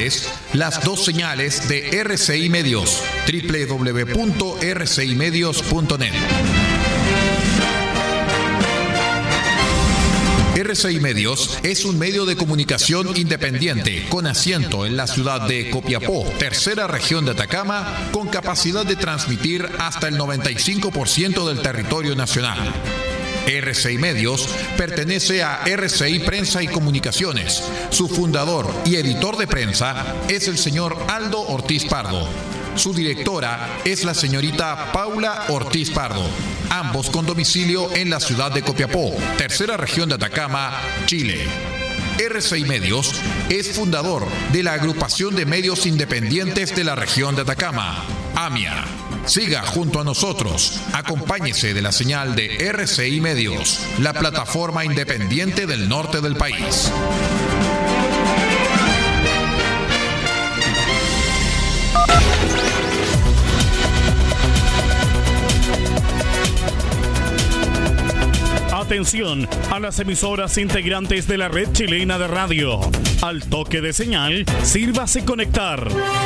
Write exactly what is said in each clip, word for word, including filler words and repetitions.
través las dos señales de R C I Medios, doble u doble u doble u punto r c i medios punto net. R C I Medios es un medio de comunicación independiente con asiento en la ciudad de Copiapó, tercera región de Atacama, con capacidad de transmitir hasta el noventa y cinco por ciento del territorio nacional. R C I Medios pertenece a R C I Prensa y Comunicaciones. Su fundador y editor de prensa es el señor Aldo Ortiz Pardo. Su directora es la señorita Paula Ortiz Pardo, ambos con domicilio en la ciudad de Copiapó, tercera región de Atacama, Chile. R C I Medios es fundador de la Agrupación de Medios Independientes de la región de Atacama, AMIA. Siga junto a nosotros, acompáñese de la señal de R C I Medios, la plataforma independiente del norte del país. Atención a las emisoras integrantes de la red chilena de radio. Al toque de señal, sírvase conectar.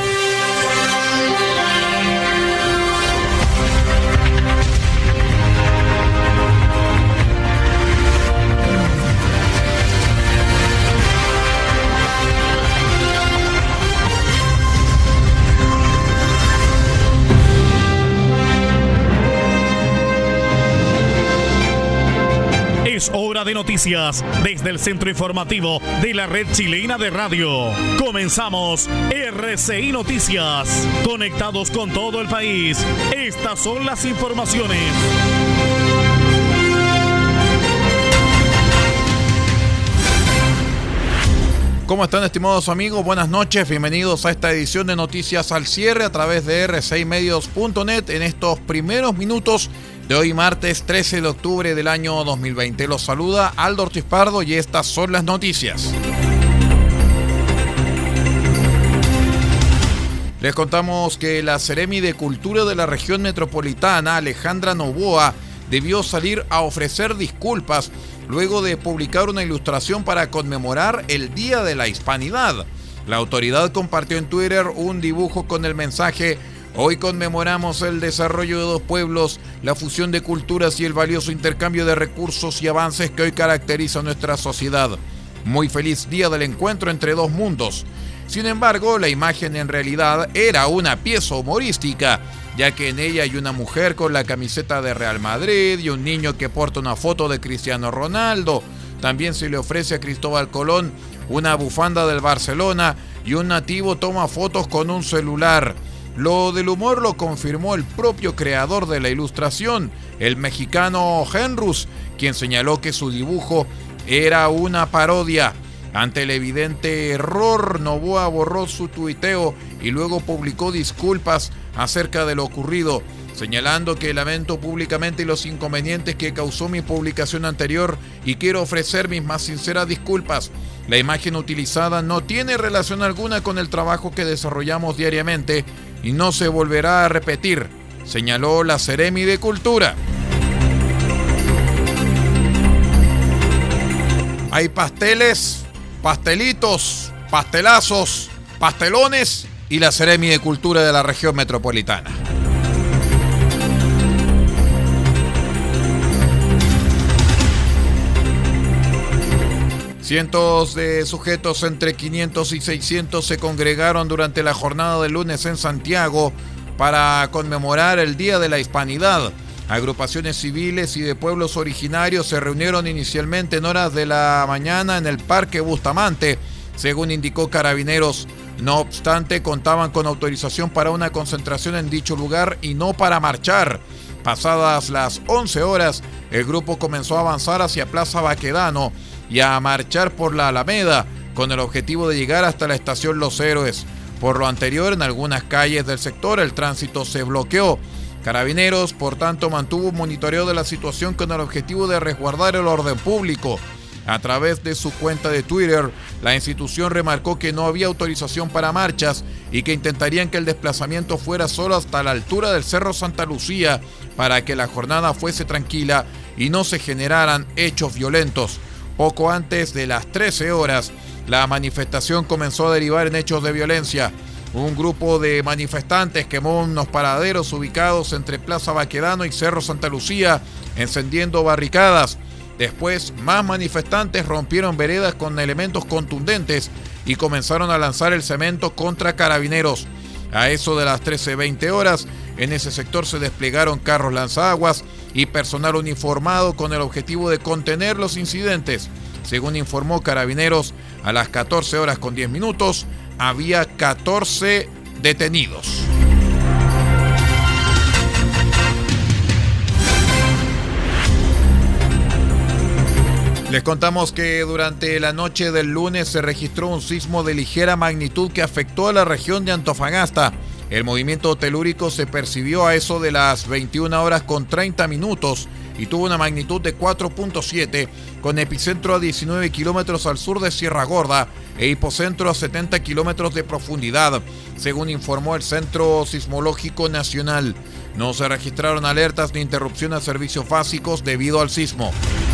Es hora de noticias desde el centro informativo de la red chilena de radio. Comenzamos R C I Noticias. Conectados con todo el país. Estas son las informaciones. ¿Cómo están, estimados amigos? Buenas noches, bienvenidos a esta edición de Noticias al Cierre a través de r c i medios punto net en estos primeros minutos de hoy martes trece de octubre del año dos mil veinte. Los saluda Aldo Ortiz Pardo y estas son las noticias. Les contamos que la Seremi de Cultura de la región metropolitana, Alejandra Novoa, debió salir a ofrecer disculpas luego de publicar una ilustración para conmemorar el Día de la Hispanidad. La autoridad compartió en Twitter un dibujo con el mensaje: hoy conmemoramos el desarrollo de dos pueblos, la fusión de culturas y el valioso intercambio de recursos y avances que hoy caracteriza nuestra sociedad. Muy feliz día del encuentro entre dos mundos. Sin embargo, la imagen en realidad era una pieza humorística, ya que en ella hay una mujer con la camiseta de Real Madrid y un niño que porta una foto de Cristiano Ronaldo. También se le ofrece a Cristóbal Colón una bufanda del Barcelona y un nativo toma fotos con un celular. Lo del humor lo confirmó el propio creador de la ilustración, el mexicano Henrus, quien señaló que su dibujo era una parodia. Ante el evidente error, Novoa borró su tuiteo y luego publicó disculpas acerca de lo ocurrido, señalando que lamento públicamente los inconvenientes que causó mi publicación anterior y quiero ofrecer mis más sinceras disculpas. La imagen utilizada no tiene relación alguna con el trabajo que desarrollamos diariamente y no se volverá a repetir, señaló la Seremi de Cultura. Hay pasteles, pastelitos, pastelazos, pastelones y la Seremi de Cultura de la región metropolitana. Cientos de sujetos entre quinientos y seiscientos se congregaron durante la jornada del lunes en Santiago para conmemorar el Día de la Hispanidad. Agrupaciones civiles y de pueblos originarios se reunieron inicialmente en horas de la mañana en el Parque Bustamante, según indicó Carabineros. No obstante, contaban con autorización para una concentración en dicho lugar y no para marchar. Pasadas las once horas, el grupo comenzó a avanzar hacia Plaza Baquedano y a marchar por la Alameda, con el objetivo de llegar hasta la estación Los Héroes. Por lo anterior, en algunas calles del sector el tránsito se bloqueó. Carabineros, por tanto, mantuvo un monitoreo de la situación con el objetivo de resguardar el orden público. A través de su cuenta de Twitter, la institución remarcó que no había autorización para marchas y que intentarían que el desplazamiento fuera solo hasta la altura del Cerro Santa Lucía para que la jornada fuese tranquila y no se generaran hechos violentos. Poco antes de las trece horas, la manifestación comenzó a derivar en hechos de violencia. Un grupo de manifestantes quemó unos paraderos ubicados entre Plaza Baquedano y Cerro Santa Lucía, encendiendo barricadas. Después, más manifestantes rompieron veredas con elementos contundentes y comenzaron a lanzar el cemento contra carabineros. A eso de las trece veinte horas, en ese sector se desplegaron carros lanzaguas y personal uniformado con el objetivo de contener los incidentes. Según informó Carabineros, a las catorce horas con diez minutos, había catorce detenidos. Les contamos que durante la noche del lunes se registró un sismo de ligera magnitud que afectó a la región de Antofagasta. El movimiento telúrico se percibió a eso de las veintiuna horas con treinta minutos y tuvo una magnitud de cuatro punto siete, con epicentro a diecinueve kilómetros al sur de Sierra Gorda e hipocentro a setenta kilómetros de profundidad, según informó el Centro Sismológico Nacional. No se registraron alertas ni interrupción a servicios básicos debido al sismo.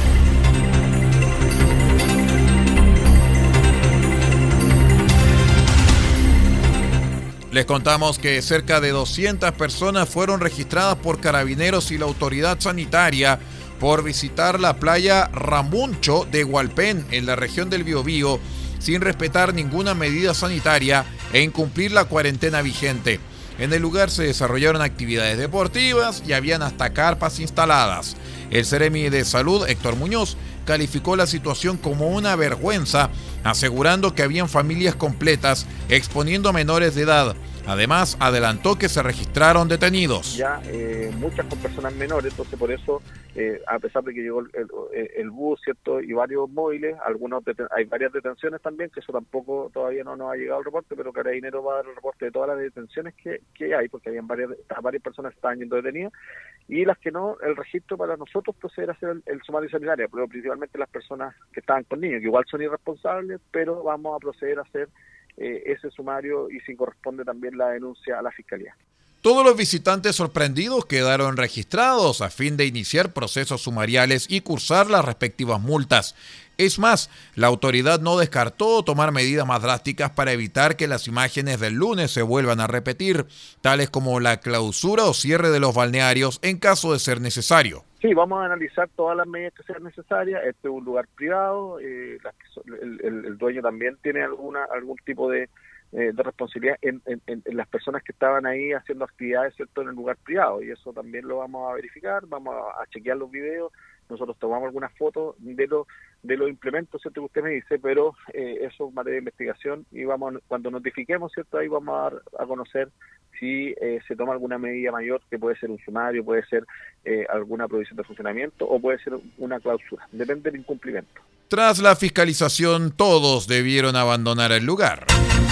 Les contamos que cerca de doscientas personas fueron registradas por Carabineros y la autoridad sanitaria por visitar la playa Ramuncho de Hualpén en la región del Biobío sin respetar ninguna medida sanitaria e incumplir la cuarentena vigente. En el lugar se desarrollaron actividades deportivas y habían hasta carpas instaladas. El Seremi de Salud, Héctor Muñoz, calificó la situación como una vergüenza, asegurando que habían familias completas exponiendo a menores de edad. Además, adelantó que se registraron detenidos. Ya eh, muchas con personas menores, entonces por eso, eh, a pesar de que llegó el, el, el bus, ¿cierto? Y varios móviles, algunos deten- hay varias detenciones también, que eso tampoco todavía no nos ha llegado el reporte, pero Carabineros va a dar el reporte de todas las detenciones que, que hay, porque habían varias, varias personas que estaban yendo detenidas, y las que no, el registro para nosotros proceder a hacer el, el sumario sanitario, pero principalmente las personas que estaban con niños, que igual son irresponsables, pero vamos a proceder a hacer eh, ese sumario y si corresponde también la denuncia a la Fiscalía. Todos los visitantes sorprendidos quedaron registrados a fin de iniciar procesos sumariales y cursar las respectivas multas. Es más, la autoridad no descartó tomar medidas más drásticas para evitar que las imágenes del lunes se vuelvan a repetir, tales como la clausura o cierre de los balnearios en caso de ser necesario. Sí, vamos a analizar todas las medidas que sean necesarias. Este es un lugar privado, eh, las que son, el, el, el dueño también tiene alguna algún tipo de, eh, de responsabilidad en, en, en las personas que estaban ahí haciendo actividades, ¿cierto?, en el lugar privado, y eso también lo vamos a verificar, vamos a, a chequear los videos. Nosotros tomamos algunas fotos de los de los implementos, ¿cierto?, que usted me dice, pero eh, eso es materia de investigación y vamos cuando notifiquemos, ¿cierto?, ahí vamos a dar a conocer si eh, se toma alguna medida mayor, que puede ser un sumario, puede ser eh, alguna prohibición de funcionamiento o puede ser una clausura, depende del incumplimiento. Tras la fiscalización, todos debieron abandonar el lugar.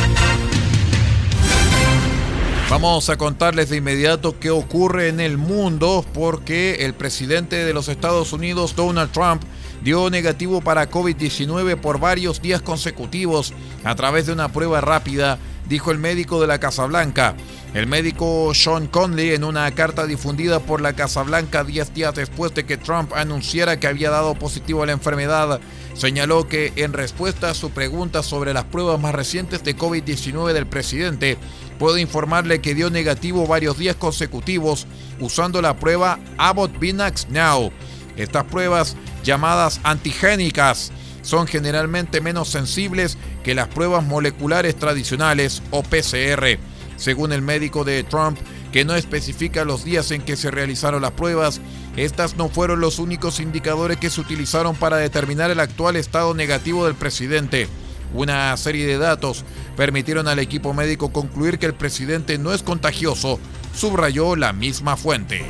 Vamos a contarles de inmediato qué ocurre en el mundo, porque el presidente de los Estados Unidos, Donald Trump, dio negativo para COVID diecinueve por varios días consecutivos a través de una prueba rápida, dijo el médico de la Casa Blanca. El médico Sean Conley, en una carta difundida por la Casa Blanca diez días después de que Trump anunciara que había dado positivo a la enfermedad, señaló que en respuesta a su pregunta sobre las pruebas más recientes de COVID diecinueve del presidente, puedo informarle que dio negativo varios días consecutivos usando la prueba Abbott Binax Now. Estas pruebas, llamadas antigénicas, son generalmente menos sensibles que las pruebas moleculares tradicionales o P C R. Según el médico de Trump, que no especifica los días en que se realizaron las pruebas, estas no fueron los únicos indicadores que se utilizaron para determinar el actual estado negativo del presidente. Una serie de datos permitieron al equipo médico concluir que el presidente no es contagioso, subrayó la misma fuente.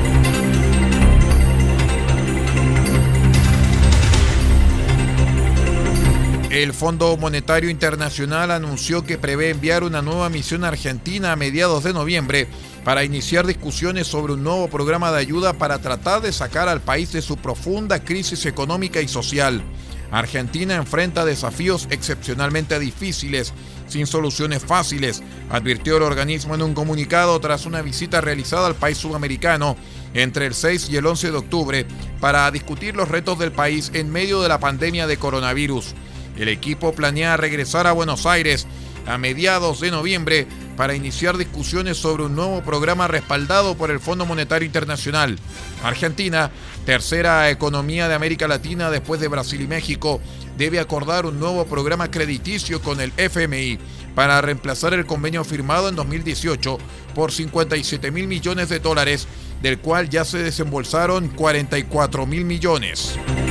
El Fondo Monetario Internacional anunció que prevé enviar una nueva misión a Argentina a mediados de noviembre para iniciar discusiones sobre un nuevo programa de ayuda para tratar de sacar al país de su profunda crisis económica y social. Argentina enfrenta desafíos excepcionalmente difíciles, sin soluciones fáciles, advirtió el organismo en un comunicado tras una visita realizada al país sudamericano entre el seis y el once de octubre para discutir los retos del país en medio de la pandemia de coronavirus. El equipo planea regresar a Buenos Aires a mediados de noviembre para iniciar discusiones sobre un nuevo programa respaldado por el Fondo Monetario Internacional. Argentina, tercera economía de América Latina después de Brasil y México, debe acordar un nuevo programa crediticio con el F M I para reemplazar el convenio firmado en dos mil dieciocho por cincuenta y siete mil millones de dólares, del cual ya se desembolsaron cuarenta y cuatro mil millones.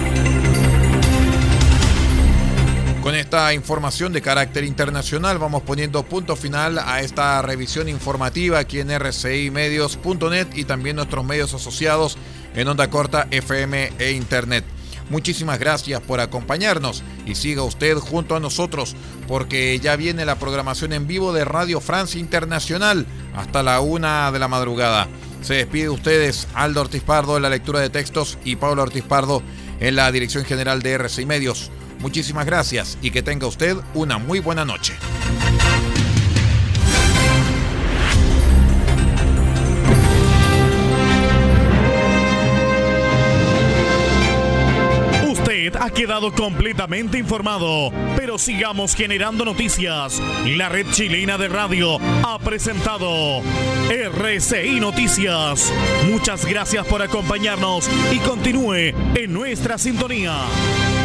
Con esta información de carácter internacional vamos poniendo punto final a esta revisión informativa aquí en R C I medios punto net y también nuestros medios asociados en onda corta, F M e Internet. Muchísimas gracias por acompañarnos y siga usted junto a nosotros porque ya viene la programación en vivo de Radio Francia Internacional hasta la una de la madrugada. Se despide de ustedes Aldo Ortiz Pardo en la lectura de textos y Pablo Ortiz Pardo en la dirección general de R C I Medios. Muchísimas gracias y que tenga usted una muy buena noche. Usted ha quedado completamente informado, pero sigamos generando noticias. La Red Chilena de Radio ha presentado R C I Noticias. Muchas gracias por acompañarnos y continúe en nuestra sintonía.